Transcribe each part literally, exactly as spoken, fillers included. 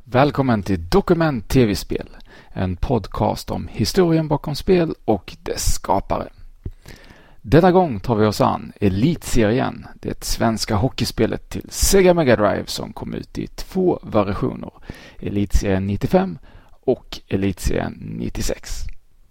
Välkommen till Dokument T V-spel, en podcast om historien bakom spel och dess skapare. Denna gång tar vi oss an Elitserien, det svenska hockeyspelet till Sega Mega Drive som kom ut i två versioner, Elitserien nittiofem och Elitserien nittiosex.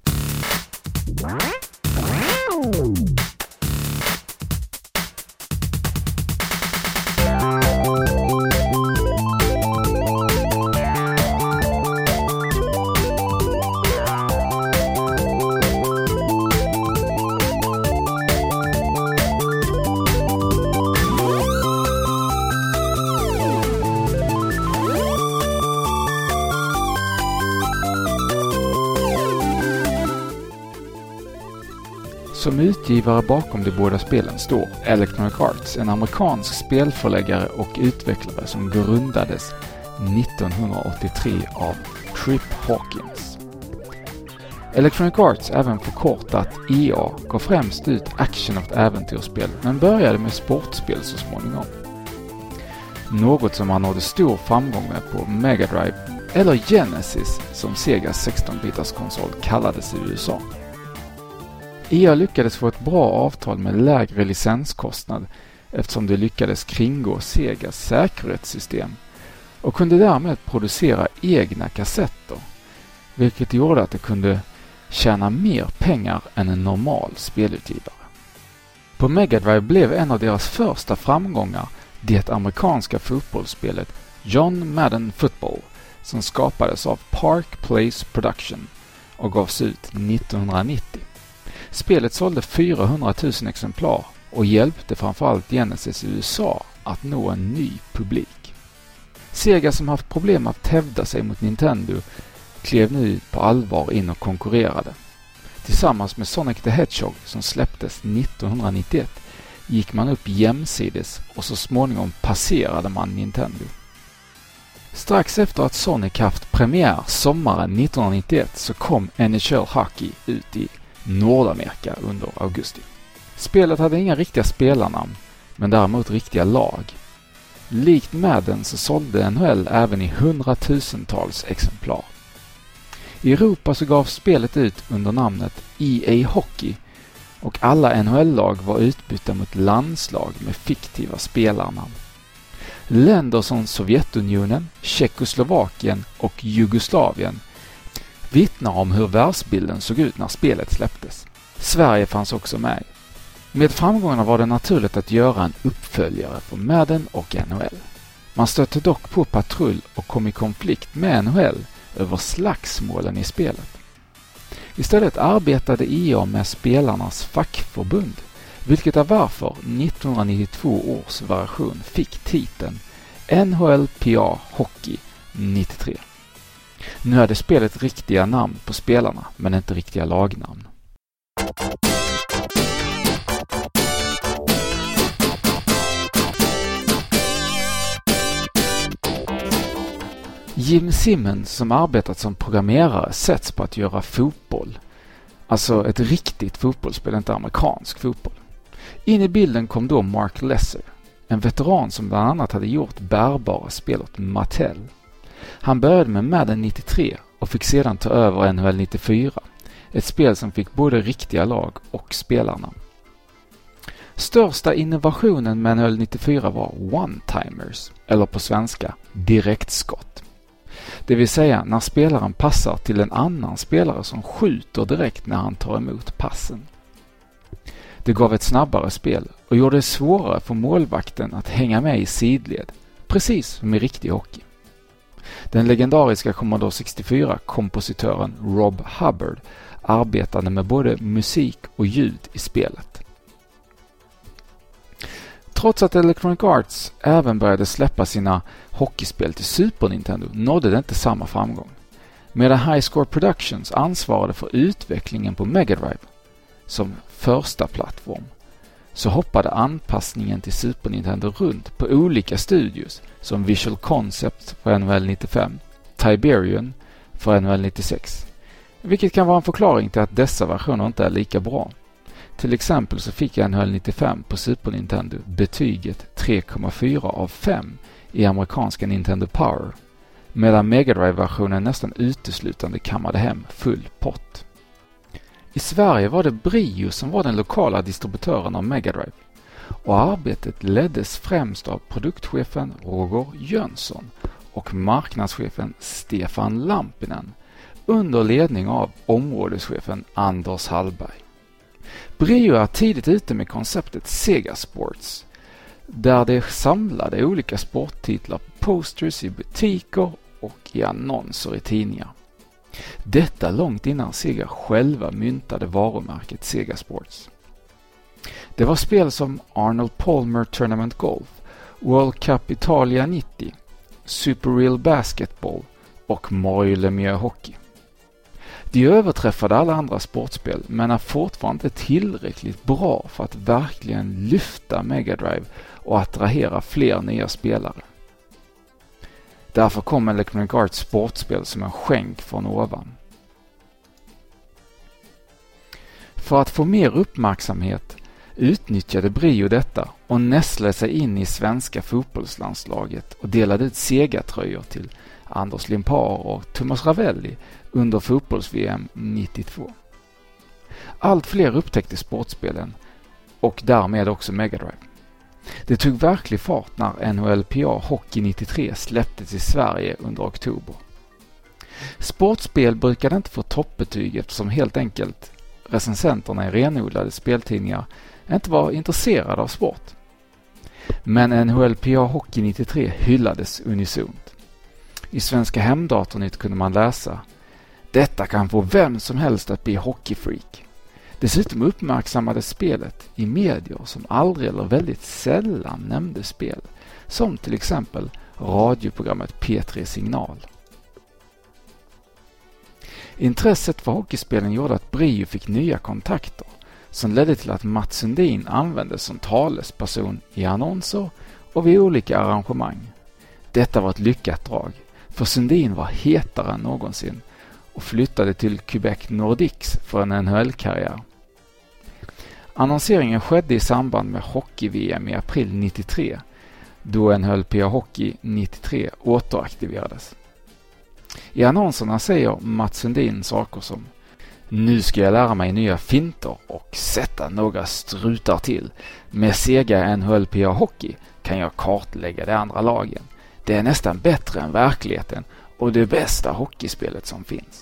Som utgivare bakom de båda spelen står Electronic Arts, en amerikansk spelförläggare och utvecklare som grundades nittonhundraåttiotre av Trip Hawkins. Electronic Arts, även förkortat E A, gav främst ut action- och äventyrsspel men började med sportspel så småningom. Något som man nådde stor framgång med på Mega Drive, eller Genesis som Segas sexton-bitars konsol kallades i U S A. E A lyckades få ett bra avtal med lägre licenskostnad eftersom det lyckades kringgå Segas säkerhetssystem och kunde därmed producera egna kassetter, vilket gjorde att det kunde tjäna mer pengar än en normal spelutgivare. På Mega Drive blev en av deras första framgångar det amerikanska fotbollsspelet John Madden Football som skapades av Park Place Production och gavs ut nittonhundranittio. Spelet sålde fyrahundratusen exemplar och hjälpte framförallt Genesis i U S A att nå en ny publik. Sega, som haft problem att hävda sig mot Nintendo, klev nu på allvar in och konkurrerade. Tillsammans med Sonic the Hedgehog som släpptes nittonhundranittioett gick man upp jämsides och så småningom passerade man Nintendo. Strax efter att Sonic haft premiär sommaren nittonhundranittioett så kom N H L Hockey ut i Nordamerika under augusti. Spelet hade inga riktiga spelarnamn, men däremot riktiga lag. Likt Madden så sålde N H L även i hundratusentals exemplar. I Europa så gavs spelet ut under namnet E A Hockey och alla N H L-lag var utbytta mot landslag med fiktiva spelarnamn. Länder som Sovjetunionen, Tjeckoslovakien och Jugoslavien vittnar om hur världsbilden såg ut när spelet släpptes. Sverige fanns också med. Med framgångarna var det naturligt att göra en uppföljare på Madden och N H L. Man stötte dock på patrull och kom i konflikt med N H L över slagsmålen i spelet. Istället arbetade E A med spelarnas fackförbund, vilket är varför nittonhundranittiotvå års version fick titeln N H L P A Hockey nittiotre. Nu hade spelet riktiga namn på spelarna, men inte riktiga lagnamn. Jim Simmons, som arbetat som programmerare, sätts på att göra fotboll. Alltså ett riktigt fotbollsspel, inte amerikansk fotboll. In i bilden kom då Mark Lesser, en veteran som bland annat hade gjort bärbara spel åt Mattel. Han började med Madden nittiotre och fick sedan ta över N H L nittiofyra, ett spel som fick både riktiga lag och spelarna. Största innovationen med N H L nittiofyra var one-timers, eller på svenska direktskott. Det vill säga när spelaren passar till en annan spelare som skjuter direkt när han tar emot passen. Det gav ett snabbare spel och gjorde det svårare för målvakten att hänga med i sidled, precis som i riktig hockey. Den legendariska Commodore sextiofyra-kompositören Rob Hubbard arbetade med både musik och ljud i spelet. Trots att Electronic Arts även började släppa sina hockeyspel till Super Nintendo nådde det inte samma framgång. Medan High Score Productions ansvarade för utvecklingen på Mega Drive som första plattform, så hoppade anpassningen till Super Nintendo runt på olika studios som Visual Concept för N H L nittiofem, Tiberian för N H L nittiosex, vilket kan vara en förklaring till att dessa versioner inte är lika bra. Till exempel så fick N H L nittiofem på Super Nintendo betyget tre komma fyra av fem i amerikanska Nintendo Power, medan Mega Drive-versionen nästan uteslutande kammade hem full pott. I Sverige var det Brio som var den lokala distributören av Mega Drive, och arbetet leddes främst av produktchefen Roger Jönsson och marknadschefen Stefan Lampinen under ledning av områdeschefen Anders Hallberg. Brio är tidigt ute med konceptet Sega Sports, där det samlade olika sporttitlar på posters i butiker och i annonser i tidningar. Detta långt innan Sega själva myntade varumärket Sega Sports. Det var spel som Arnold Palmer Tournament Golf, World Cup Italia nittio, Super Real Basketball och Mario Lemieux Hockey. De överträffade alla andra sportspel men är fortfarande inte tillräckligt bra för att verkligen lyfta Mega Drive och attrahera fler nya spelare. Därför kom Electronic Arts sportspel som en skänk från ovan. För att få mer uppmärksamhet utnyttjade Brio detta och nästlade sig in i svenska fotbollslandslaget och delade ut Sega-tröjor till Anders Limpar och Thomas Ravelli under fotbolls-V M nittiotvå. Allt fler upptäckte sportspelen och därmed också Mega Drive. Det tog verklig fart när N H L P A Hockey nittiotre släpptes i Sverige under oktober. Sportspel brukade inte få toppbetyg eftersom helt enkelt recensenterna i renodlade speltidningar inte var intresserade av sport. Men N H L P A Hockey nittiotre hyllades unisont. I Svenska Hemdatornytt kunde man läsa: "Detta kan få vem som helst att bli hockeyfreak." Dessutom uppmärksammades spelet i medier som aldrig eller väldigt sällan nämnde spel, som till exempel radioprogrammet P tre Signal. Intresset för hockeyspelen gjorde att Brio fick nya kontakter som ledde till att Mats Sundin användes som talesperson i annonser och vid olika arrangemang. Detta var ett lyckat drag, för Sundin var hetare än någonsin och flyttade till Quebec Nordiques för en N H L-karriär. Annonseringen skedde i samband med hockey-V M i april nittiotre, då N H L P A Hockey nittiotre återaktiverades. I annonserna säger Mats Sundin saker som: "Nu ska jag lära mig nya finter och sätta några strutar till. Med Sega N H L P A Hockey kan jag kartlägga de andra lagen. Det är nästan bättre än verkligheten och det bästa hockeyspelet som finns."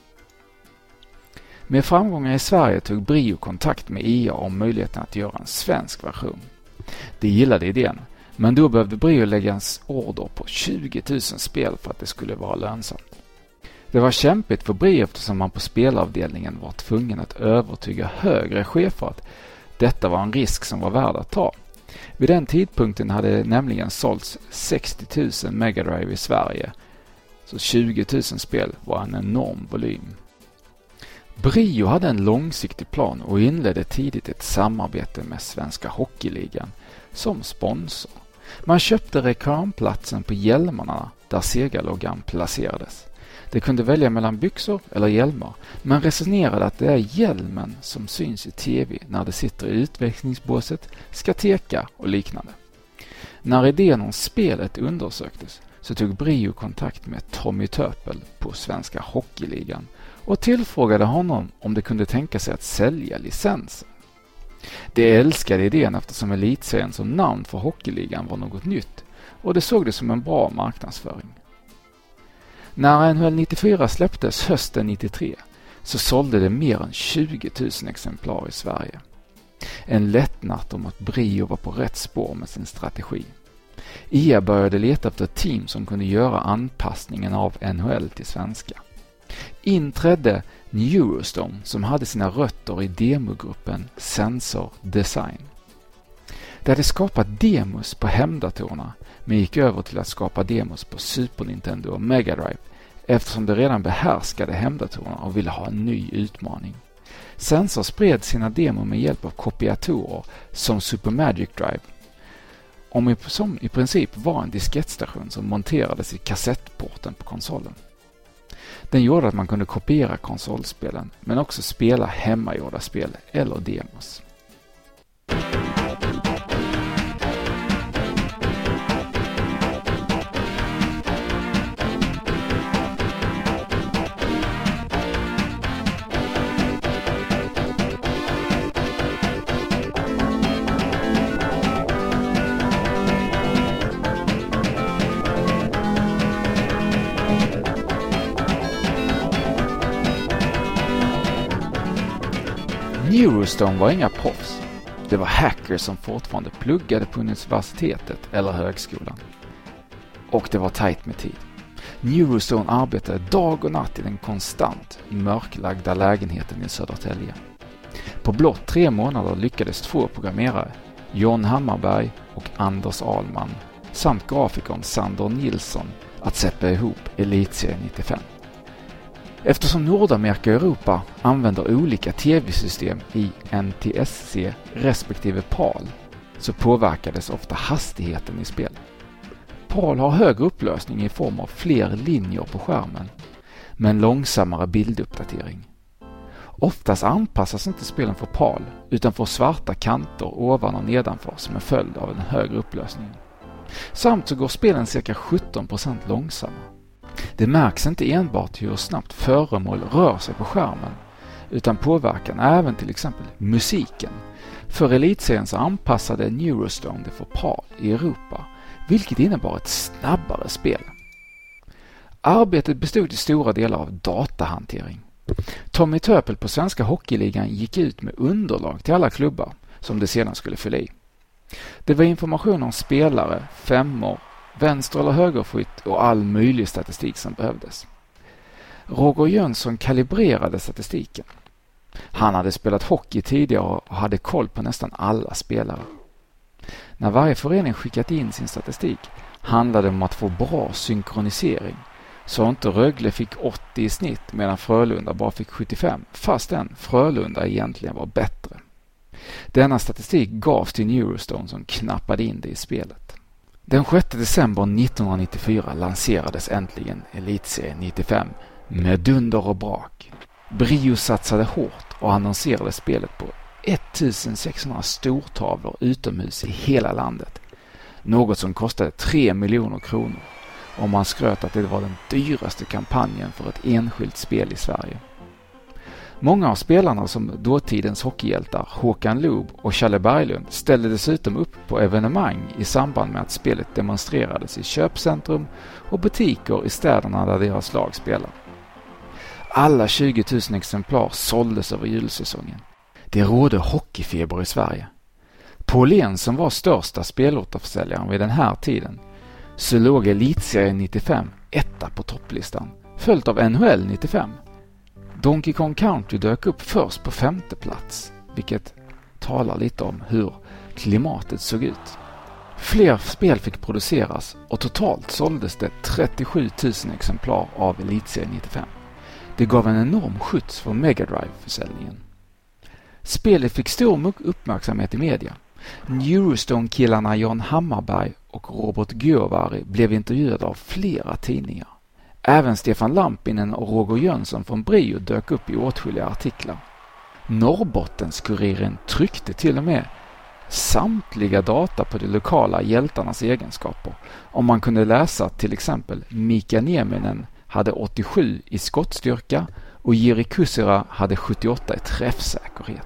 Med framgångar i Sverige tog Brio kontakt med E A om möjligheten att göra en svensk version. De gillade idén, men då behövde Brio lägga en order på tjugo tusen spel för att det skulle vara lönsamt. Det var kämpigt för Brio eftersom man på spelavdelningen var tvungen att övertyga högre chefer att detta var en risk som var värd att ta. Vid den tidpunkten hade det nämligen sålts sextio tusen Mega Drive i Sverige, så tjugo tusen spel var en enorm volym. Brio hade en långsiktig plan och inledde tidigt ett samarbete med Svenska Hockeyligan som sponsor. Man köpte reklamplatsen på hjälmarna där Sega-loggan placerades. Det kunde välja mellan byxor eller hjälmar, men resonerade att det är hjälmen som syns i tv när det sitter i utväxlingsbåset, ska teka och liknande. När idén om spelet undersöktes så tog Brio kontakt med Tommy Töpel på Svenska Hockeyligan och tillfrågade honom om det kunde tänka sig att sälja licenser. De älskade idén eftersom elitserien som namn för Hockeyligan var något nytt och det såg det som en bra marknadsföring. När N H L nittiofyra släpptes hösten nittiotre så sålde det mer än tjugo tusen exemplar i Sverige. En lättnad om att Brio var på rätt spår med sin strategi. E A började leta efter ett team som kunde göra anpassningen av N H L till svenska. Inträdde Neurostone som hade sina rötter i demogruppen Sensor Design. De hade skapat demos på hemdatorerna men gick över till att skapa demos på Super Nintendo och Mega Drive eftersom de redan behärskade hemdatorerna och ville ha en ny utmaning. Sensor spred sina demo med hjälp av kopiatorer som Super Magic Drive, om som i princip var en diskettstation som monterades i kassettporten på konsolen. Den gjorde att man kunde kopiera konsolspelen men också spela hemmagjorda spel eller demos. Neurostone var inga proffs. Det var hackers som fortfarande pluggade på universitetet eller högskolan. Och det var tajt med tid. Neurostone arbetade dag och natt i den konstant mörklagda lägenheten i Södertälje. På blott tre månader lyckades två programmerare, John Hammarberg och Anders Ahlman, samt grafikern Sander Nilsson, att sätta ihop Elitserien nittiofem. Eftersom Nordamerika och Europa använder olika tv-system i N T S C respektive PAL, så påverkades ofta hastigheten i spel. PAL har högre upplösning i form av fler linjer på skärmen, men långsammare bilduppdatering. Oftast anpassas inte spelen för PAL utan får svarta kanter ovan och nedanför som en följd av en högre upplösning. Samt så går spelen cirka sjutton procent långsammare. Det märks inte enbart hur snabbt föremål rör sig på skärmen utan påverkan även till exempel musiken. För Elitserien så anpassade Neurostone det för PAL i Europa, vilket innebar ett snabbare spel. Arbetet bestod i stora delar av datahantering. Tommy Töpel på Svenska Hockeyligan gick ut med underlag till alla klubbar som det sedan skulle fylla i. Det var information om spelare, femmor, vänster- eller högerskytt och all möjlig statistik som behövdes. Roger Jönsson kalibrerade statistiken. Han hade spelat hockey tidigare och hade koll på nästan alla spelare. När varje förening skickat in sin statistik handlade det om att få bra synkronisering, så inte Rögle fick åttio i snitt medan Frölunda bara fick sjuttiofem, fastän Frölunda egentligen var bättre. Denna statistik gavs till Neurostone som knappade in det i spelet. Den sjätte december nittonhundranittiofyra lanserades äntligen Elitserien nittiofem med dunder och brak. Brio satsade hårt och annonserade spelet på ettusensexhundra stortavlor utomhus i hela landet. Något som kostade tre miljoner kronor, och man skröt att det var den dyraste kampanjen för ett enskilt spel i Sverige. Många av spelarna som dåtidens hockeyhjältar Håkan Loob och Challe Berglund ställde dessutom upp på evenemang i samband med att spelet demonstrerades i köpcentrum och butiker i städerna där deras lag spelar. Alla tjugo tusen exemplar såldes över julsäsongen. Det rådde hockeyfeber i Sverige. På Åhléns, som var största spelåterförsäljaren vid den här tiden, så låg Elitserien nittiofem etta på topplistan, följt av N H L nittiofem. Donkey Kong Country dök upp först på femte plats, vilket talar lite om hur klimatet såg ut. Fler spel fick produceras och totalt såldes det trettiosju tusen exemplar av Elitserien nittiofem. Det gav en enorm skjuts för Mega Drive-försäljningen. Spelet fick stor uppmärksamhet i media. Neurostone-killarna John Hammarberg och Robert Gövari blev intervjuade av flera tidningar. Även Stefan Lampinen och Roger Jönsson från Brio dök upp i åtskilliga artiklar. Norrbottens-Kuriren tryckte till och med samtliga data på de lokala hjältarnas egenskaper. Om man kunde läsa till exempel Mika Nieminen hade åttiosju i skottstyrka och Jiri Kusera hade sjuttioåtta i träffsäkerhet.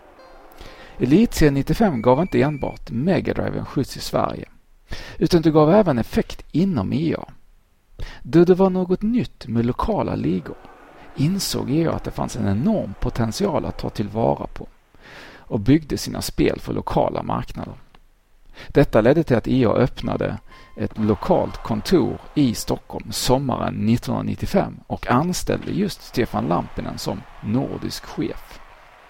Elitserien nittiofem gav inte enbart Mega Drive en skjuts i Sverige, utan det gav även effekt inom E A. Då det var något nytt med lokala ligor insåg E A att det fanns en enorm potential att ta tillvara på och byggde sina spel för lokala marknader. Detta ledde till att E A öppnade ett lokalt kontor i Stockholm sommaren nittonhundranittiofem och anställde just Stefan Lampinen som nordisk chef.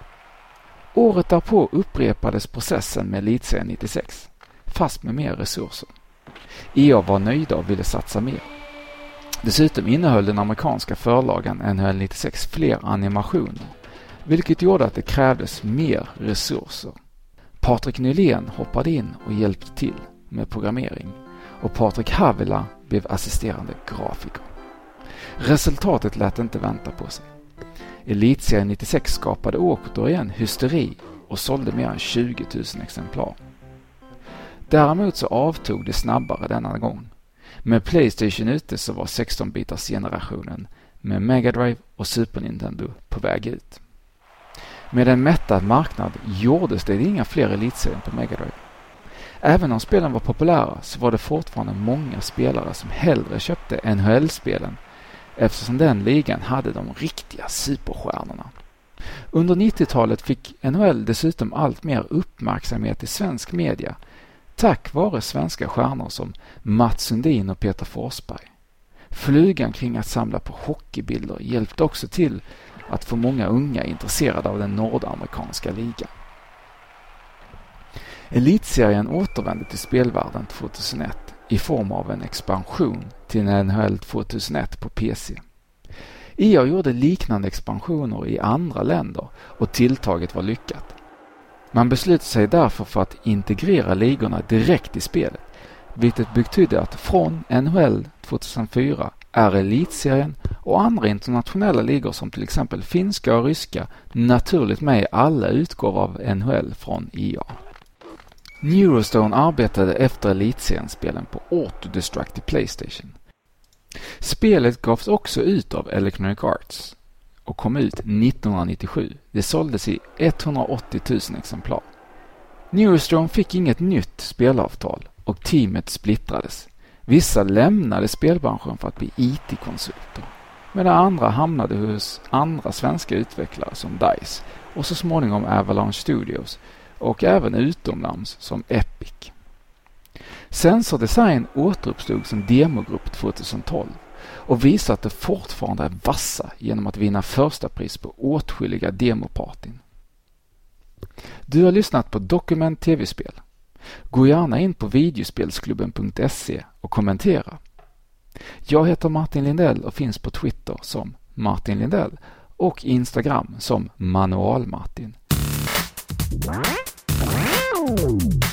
Året därpå upprepades processen med Elitserien nittiosex, fast med mer resurser. E A var nöjda och ville satsa mer. Dessutom innehöll den amerikanska förlagen N H L nittiosex fler animationer, vilket gjorde att det krävdes mer resurser. Patrik Nylén hoppade in och hjälpte till med programmering, och Patrik Havila blev assisterande grafiker. Resultatet lät inte vänta på sig. Elitserien nittiosex skapade återigen hysteri och sålde mer än tjugo tusen exemplar. Däremot så avtog det snabbare denna gång. Med PlayStation ute så var sexton-bitars generationen med Mega Drive och Super Nintendo på väg ut. Med en mättad marknad gjordes det inga fler elitserien på Mega Drive. Även om spelen var populära så var det fortfarande många spelare som hellre köpte N H L-spelen, eftersom den ligan hade de riktiga superstjärnorna. Under nittiotalet fick N H L dessutom allt mer uppmärksamhet i svensk media tack vare svenska stjärnor som Mats Sundin och Peter Forsberg. Flugan kring att samla på hockeybilder hjälpte också till att få många unga intresserade av den nordamerikanska ligan. Elitserien återvände till spelvärlden tjugohundraett i form av en expansion till N H L tjugohundraett på P C. I A gjorde liknande expansioner i andra länder och tilltaget var lyckat. Man beslutade sig därför för att integrera ligorna direkt i spelet, vilket betydde att från N H L tjugohundrafyra är elitserien och andra internationella ligor som till exempel finska och ryska naturligt med i alla utgåvor av N H L från I A. Neurostone arbetade efter elitserienspelen på Autodestruct i PlayStation. Spelet gavs också ut av Electronic Arts och kom ut nittonhundranittiosju. Det såldes i etthundraåttio tusen exemplar. Neurostone fick inget nytt spelavtal och teamet splittrades. Vissa lämnade spelbranschen för att bli I T-konsulter, medan andra hamnade hos andra svenska utvecklare som DICE och så småningom Avalanche Studios och även utomlands som Epic. Sensor Design återuppstod som demogrupp tjugotolv och visade att det fortfarande är vassa genom att vinna första pris på åtskilliga demopartyn. Du har lyssnat på Dokument T V-spel. Gå gärna in på videospelsklubben punkt se och kommentera. Jag heter Martin Lindell och finns på Twitter som Martin Lindell och Instagram som Manual Martin. Wow.